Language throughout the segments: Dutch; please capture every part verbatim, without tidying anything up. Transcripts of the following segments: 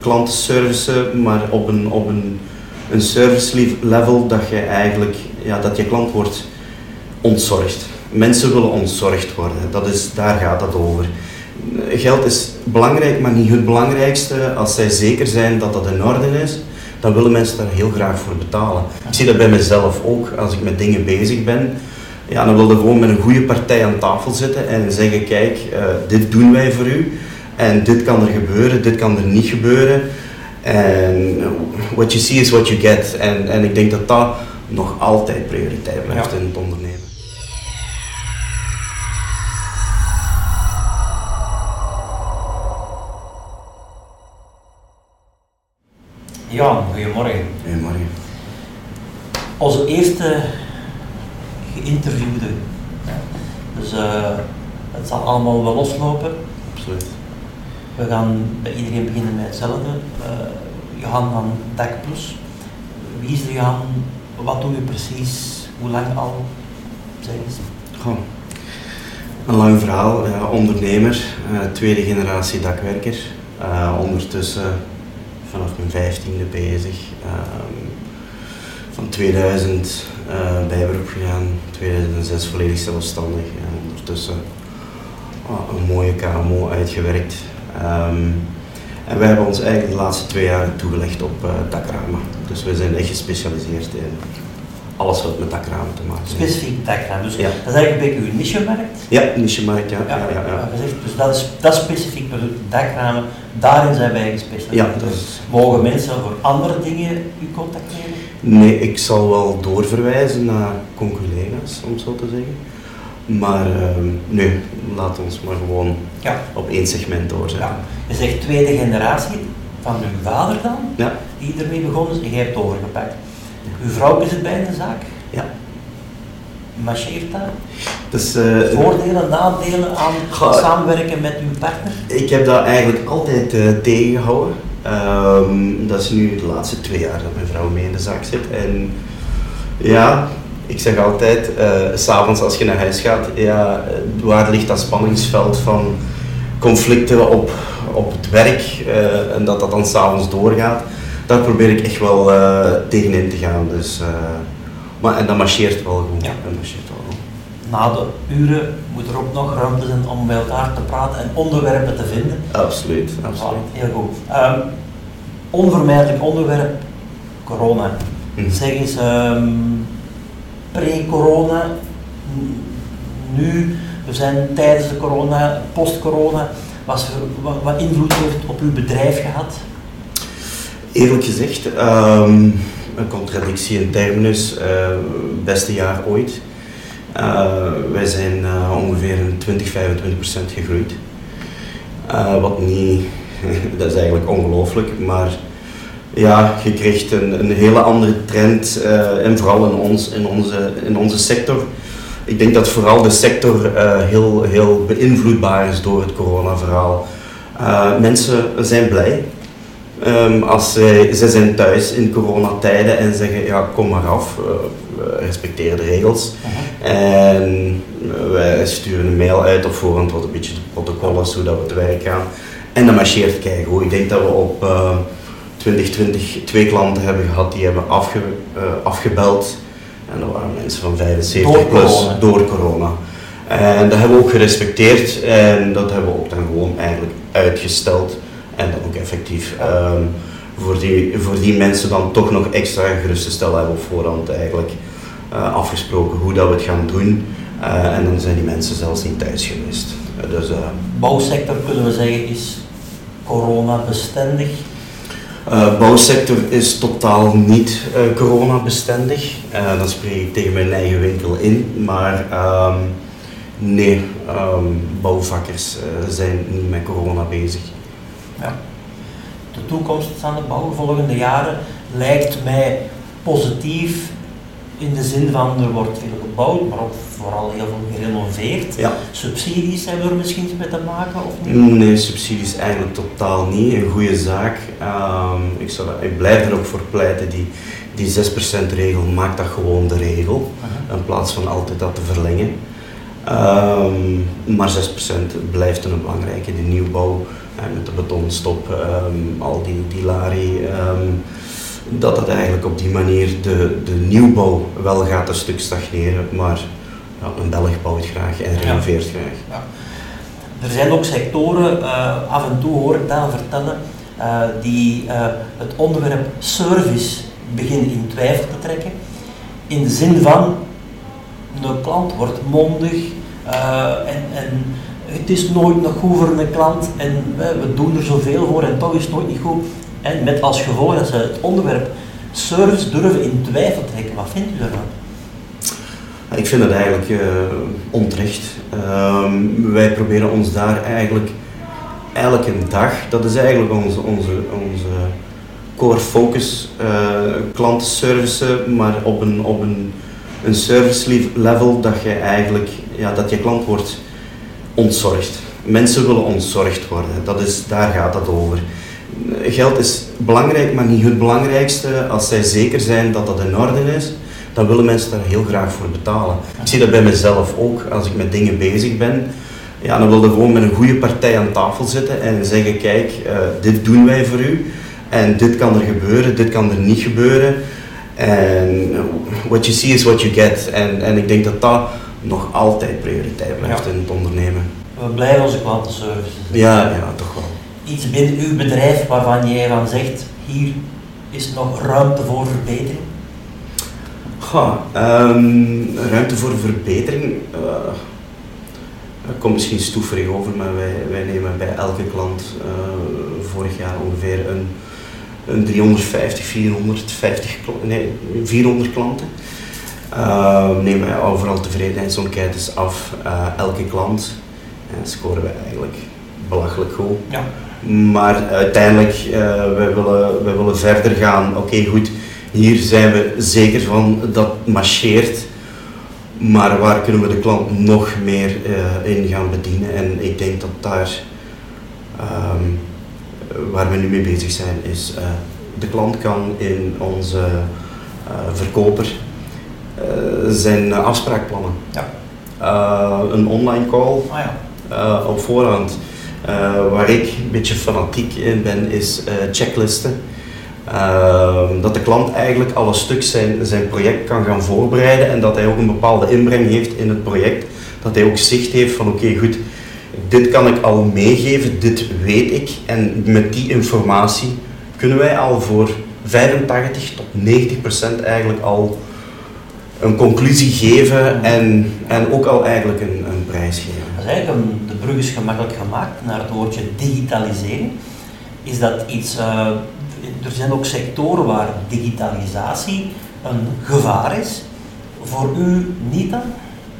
Klantenservice, maar op een, op een, een service level dat je eigenlijk, ja, dat je klant wordt ontzorgd. Mensen willen ontzorgd worden, dat is, daar gaat het over. Geld is belangrijk, maar niet het belangrijkste. Als zij zeker zijn dat dat in orde is, dan willen mensen daar heel graag voor betalen. Ik zie dat bij mezelf ook, als ik met dingen bezig ben. Ja, dan wil je gewoon met een goede partij aan tafel zitten en zeggen, kijk, uh, dit doen wij voor u. En dit kan er gebeuren, dit kan er niet gebeuren. En what you see is what you get. En, en ik denk dat dat nog altijd prioriteit blijft, ja, in het ondernemen. Ja, goedemorgen. Goedemorgen. Onze eerste geïnterviewde. Dus uh, het zal allemaal wel loslopen. Absoluut. We gaan bij iedereen beginnen met hetzelfde. Uh, Johan van DACPlus. Wie is de Johan? Wat doe je precies? Hoe lang al? Zeg eens. Goh. Een lang verhaal. Ja, ondernemer, uh, tweede generatie dakwerker. Uh, ondertussen vanaf mijn vijftiende bezig. Uh, van tweeduizend uh, bijberoep gegaan, tweeduizend zes volledig zelfstandig en ondertussen uh, een mooie K M O uitgewerkt. Um, en wij hebben ons eigenlijk de laatste twee jaar toegelegd op uh, dakramen. Dus we zijn echt gespecialiseerd in alles wat met dakramen te maken heeft. Specifiek dakramen, dus ja. Dat is eigenlijk een beetje uw niche-markt? Ja, niche-markt, ja. ja, ja, ja, ja. Gezegd, dus dat is, dat is specifiek product, dakramen, daarin zijn wij gespecialiseerd. Ja, dat is... Mogen mensen voor andere dingen u contacteren? Nee, ik zal wel doorverwijzen naar conculega's, om het zo te zeggen. Maar uh, nee, laat ons maar gewoon ja. op één segment doorzetten. Ja. Je zegt tweede generatie van uw vader dan, ja. die ermee begonnen is en jij hebt het overgepakt. Uw vrouw is het bij in de zaak? Ja. Marcheert dat? Dus, uh, voordelen, nadelen aan ga, samenwerken met uw partner? Ik heb dat eigenlijk altijd uh, tegengehouden. Um, dat is nu de laatste twee jaar dat mijn vrouw mee in de zaak zit. En ja, ik zeg altijd, uh, 's avonds als je naar huis gaat, ja, waar ligt dat spanningsveld van conflicten op, op het werk uh, en dat dat dan 's avonds doorgaat. Daar probeer ik echt wel uh, tegenin te gaan. Dus, uh, maar, en dat marcheert wel goed. Ja. Dat marcheert wel goed. Na de uren moet er ook nog ruimte zijn om bij elkaar te praten en onderwerpen te vinden. Absoluut, absoluut. Voilà, heel goed. Um, onvermijdelijk onderwerp, corona. Mm-hmm. Zeg eens, um, pre-corona, nu, we zijn tijdens de corona, post-corona, wat, wat invloed heeft op uw bedrijf gehad? Eerlijk gezegd, um, een contradictie in terminus, uh, beste jaar ooit. Uh, wij zijn uh, ongeveer een twintig, vijfentwintig procent gegroeid. Uh, wat niet, dat is eigenlijk ongelooflijk, maar ja, je krijgt een, een hele andere trend uh, en vooral in, ons, in, onze, in onze sector. Ik denk dat vooral de sector uh, heel, heel beïnvloedbaar is door het corona-verhaal. Uh, mensen zijn blij. Um, als zij, zij zijn thuis in coronatijden en zeggen, ja, kom maar af, uh, we respecteren de regels. Uh-huh. En wij sturen een mail uit op voorhand wat een beetje de protocollen is, hoe dat we te werk gaan. En dan marcheert keigoed. Ik denk dat we op uh, twintig twintig twee klanten hebben gehad die hebben afge, uh, afgebeld. En dat waren mensen van vijfenzeventig plus door corona. En dat hebben we ook gerespecteerd en dat hebben we ook dan gewoon eigenlijk uitgesteld. En dat ook effectief um, voor, die, voor die mensen dan toch nog extra gerust te stellen hebben op voorhand eigenlijk uh, afgesproken hoe dat we het gaan doen. Uh, en dan zijn die mensen zelfs niet thuis geweest. Uh, dus, uh, bouwsector kunnen we zeggen is corona-bestendig? Uh, bouwsector is totaal niet uh, corona-bestendig. Uh, dat spreek ik tegen mijn eigen winkel in. Maar um, nee, um, bouwvakkers uh, zijn niet met corona bezig. Ja. De toekomst aan de bouw, volgende jaren, lijkt mij positief in de zin van er wordt veel gebouwd, maar ook vooral heel veel gerenoveerd. Ja. Subsidies hebben we er misschien iets mee te maken of niet? Nee, subsidies eigenlijk totaal niet. Een goede zaak. Um, ik, zal, ik blijf er ook voor pleiten, die, die zes procent regel maakt dat gewoon de regel, uh-huh. in plaats van altijd dat te verlengen. Um, maar zes procent blijft een belangrijke, de nieuwbouw. en met de betonstop, um, al die, die larie, um, dat het eigenlijk op die manier de, de nieuwbouw wel gaat een stuk stagneren, maar ja, een Belg bouwt graag en renoveert ja. graag. Ja. Er zijn ook sectoren, uh, af en toe hoor ik dat vertellen, uh, die uh, het onderwerp service beginnen in twijfel te trekken. In de zin van, een klant wordt mondig uh, en, en het is nooit nog goed voor een klant en uh, we doen er zoveel voor en toch is het nooit niet goed. En met als gevolg dat ze het onderwerp service durven in twijfel trekken. Wat vindt u daarvan? Ik vind het eigenlijk uh, onterecht. Uh, wij proberen ons daar eigenlijk elke dag, dat is eigenlijk onze, onze, onze core focus, uh, klantenservice, maar op een, op een, een service level dat je eigenlijk, ja, dat je klant wordt ontzorgd. Mensen willen ontzorgd worden, dat is, daar gaat het over. Geld is belangrijk, maar niet het belangrijkste. Als zij zeker zijn dat dat in orde is, dan willen mensen daar heel graag voor betalen. Ik zie dat bij mezelf ook, als ik met dingen bezig ben, ja, dan wil je gewoon met een goede partij aan tafel zitten en zeggen, kijk, uh, dit doen wij voor u en dit kan er gebeuren, dit kan er niet gebeuren. En what you see is what you get. En, en ik denk dat dat nog altijd prioriteit blijft ja. in het ondernemen. We blijven onze klantenservice. Ja, ja, toch wel. Iets binnen uw bedrijf waarvan jij van zegt, hier is nog ruimte voor verbetering? Ja, um, ruimte voor verbetering. Uh, dat komt misschien stoeverig over, maar wij, wij nemen bij elke klant uh, vorig jaar ongeveer een, een driehonderdvijftig, vierhonderdvijftig, nee, vierhonderd klanten. Uh, nemen wij overal tevredenheidsenquêtes af, uh, elke klant. En scoren wij eigenlijk belachelijk goed. Ja. Maar uiteindelijk, uh, wij, willen, wij willen verder gaan. Oké, okay, goed, hier zijn we zeker van dat marcheert. Maar waar kunnen we de klant nog meer uh, in gaan bedienen? En ik denk dat daar, um, waar we nu mee bezig zijn, is uh, de klant kan in onze uh, verkoper uh, zijn afspraakplannen. Ja. Uh, een online call oh ja. uh, op voorhand. Uh, waar ik een beetje fanatiek in ben, is uh, checklisten. Uh, dat de klant eigenlijk al een stuk zijn, zijn project kan gaan voorbereiden en dat hij ook een bepaalde inbreng heeft in het project. Dat hij ook zicht heeft van oké, okay, goed, dit kan ik al meegeven, dit weet ik. En met die informatie kunnen wij al voor vijfentachtig tot negentig procent eigenlijk al een conclusie geven en, en ook al eigenlijk een, een prijs geven. Dat is eigenlijk een, de brug is gemakkelijk gemaakt naar het woordje digitalisering. Is dat iets, uh, er zijn ook sectoren waar digitalisatie een gevaar is. Voor u niet dan?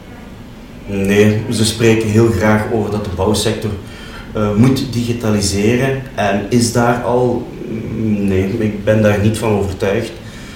Nee, ze spreken heel graag over dat de bouwsector uh, moet digitaliseren en is daar al, nee, ik ben daar niet van overtuigd.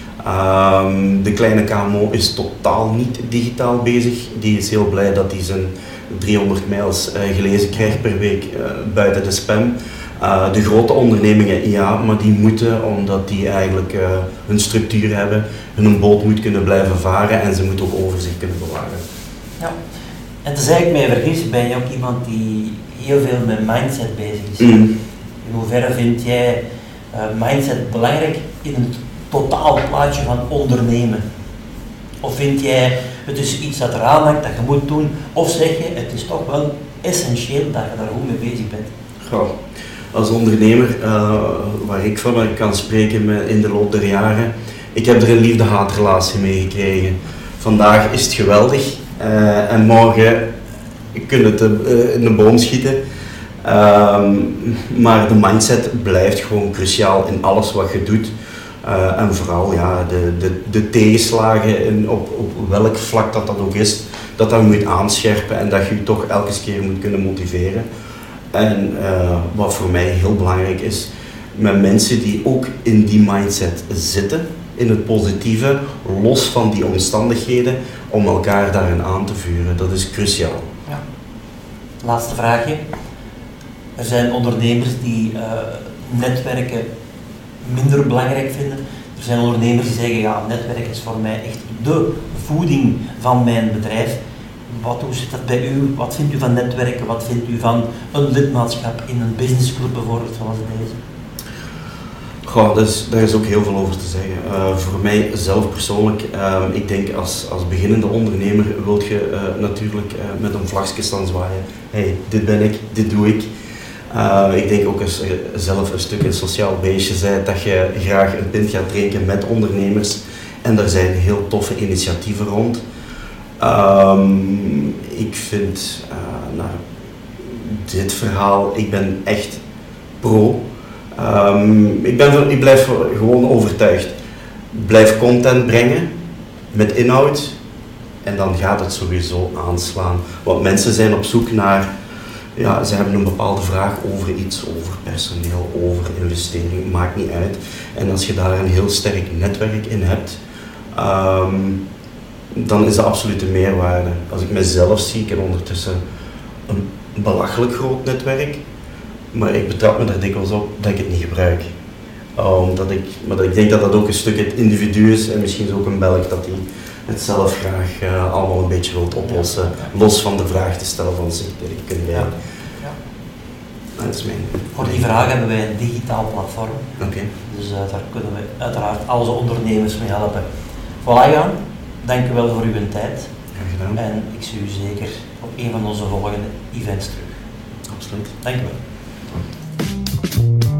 Um, de kleine K M O is totaal niet digitaal bezig. Die is heel blij dat hij zijn driehonderd mails uh, gelezen krijgt per week uh, buiten de spam. Uh, de grote ondernemingen, ja, maar die moeten, omdat die eigenlijk uh, hun structuur hebben, hun boot moet kunnen blijven varen en ze moeten ook overzicht kunnen bewaren. Ja, en tenzij ik mij vergis, ben je ook iemand die heel veel met mindset bezig is. Mm. In hoeverre vind jij uh, mindset belangrijk in het totaalplaatje van ondernemen? Of vind jij het is iets dat eraan hangt, dat je moet doen, of zeg je het is toch wel essentieel dat je daar goed mee bezig bent? Goh. Als ondernemer, uh, waar ik van kan spreken in de loop der jaren, ik heb er een liefde-haatrelatie mee gekregen. Vandaag is het geweldig uh, en morgen kun je het uh, in de boom schieten. Um, maar de mindset blijft gewoon cruciaal in alles wat je doet. Uh, en vooral ja, de, de, de tegenslagen in, op, op welk vlak dat dat ook is, dat dat je moet aanscherpen en dat je je toch elke keer moet kunnen motiveren. En uh, wat voor mij heel belangrijk is, met mensen die ook in die mindset zitten, in het positieve, los van die omstandigheden, om elkaar daarin aan te vuren. Dat is cruciaal. Ja. Laatste vraagje. Er zijn ondernemers die uh, netwerken minder belangrijk vinden. Er zijn ondernemers die zeggen, ja, netwerk is voor mij echt de voeding van mijn bedrijf. Wat, hoe zit dat bij u? Wat vindt u van netwerken? Wat vindt u van een lidmaatschap in een businessclub bijvoorbeeld zoals deze? Goh, dat is, daar is ook heel veel over te zeggen. Uh, voor mij zelf persoonlijk, uh, ik denk als, als beginnende ondernemer wil je uh, natuurlijk uh, met een vlagje staan zwaaien. Hey, dit ben ik, dit doe ik. Uh, ik denk ook als je zelf een stuk een sociaal beestje bent, dat je graag een pint gaat drinken met ondernemers. En daar zijn heel toffe initiatieven rond. Um, ik vind, uh, nou, dit verhaal, ik ben echt pro. Um, ik, ben, ik blijf gewoon overtuigd. Blijf content brengen met inhoud en dan gaat het sowieso aanslaan. Want mensen zijn op zoek naar, ja, ze hebben een bepaalde vraag over iets, over personeel, over investering, maakt niet uit. En als je daar een heel sterk netwerk in hebt, um, dan is dat absoluut een meerwaarde. Als ik mezelf zie, ik heb ondertussen een belachelijk groot netwerk. Maar ik betrap me er dikwijls op dat ik het niet gebruik. Omdat ik, maar ik denk dat dat ook een stuk het individu is en misschien is ook een Belg dat hij het zelf graag uh, allemaal een beetje wilt oplossen. Ja, ja. Los van de vraag te stellen van zich, kun jij. Ja. Ja. Dat is mijn. Voor die vraag hebben wij een digitaal platform. Okay. Dus uh, daar kunnen we uiteraard al onze ondernemers mee helpen. Voilà Jan, dank u wel voor uw tijd. Graag gedaan. En ik zie u zeker op een van onze volgende events terug. Absoluut. Dank u wel.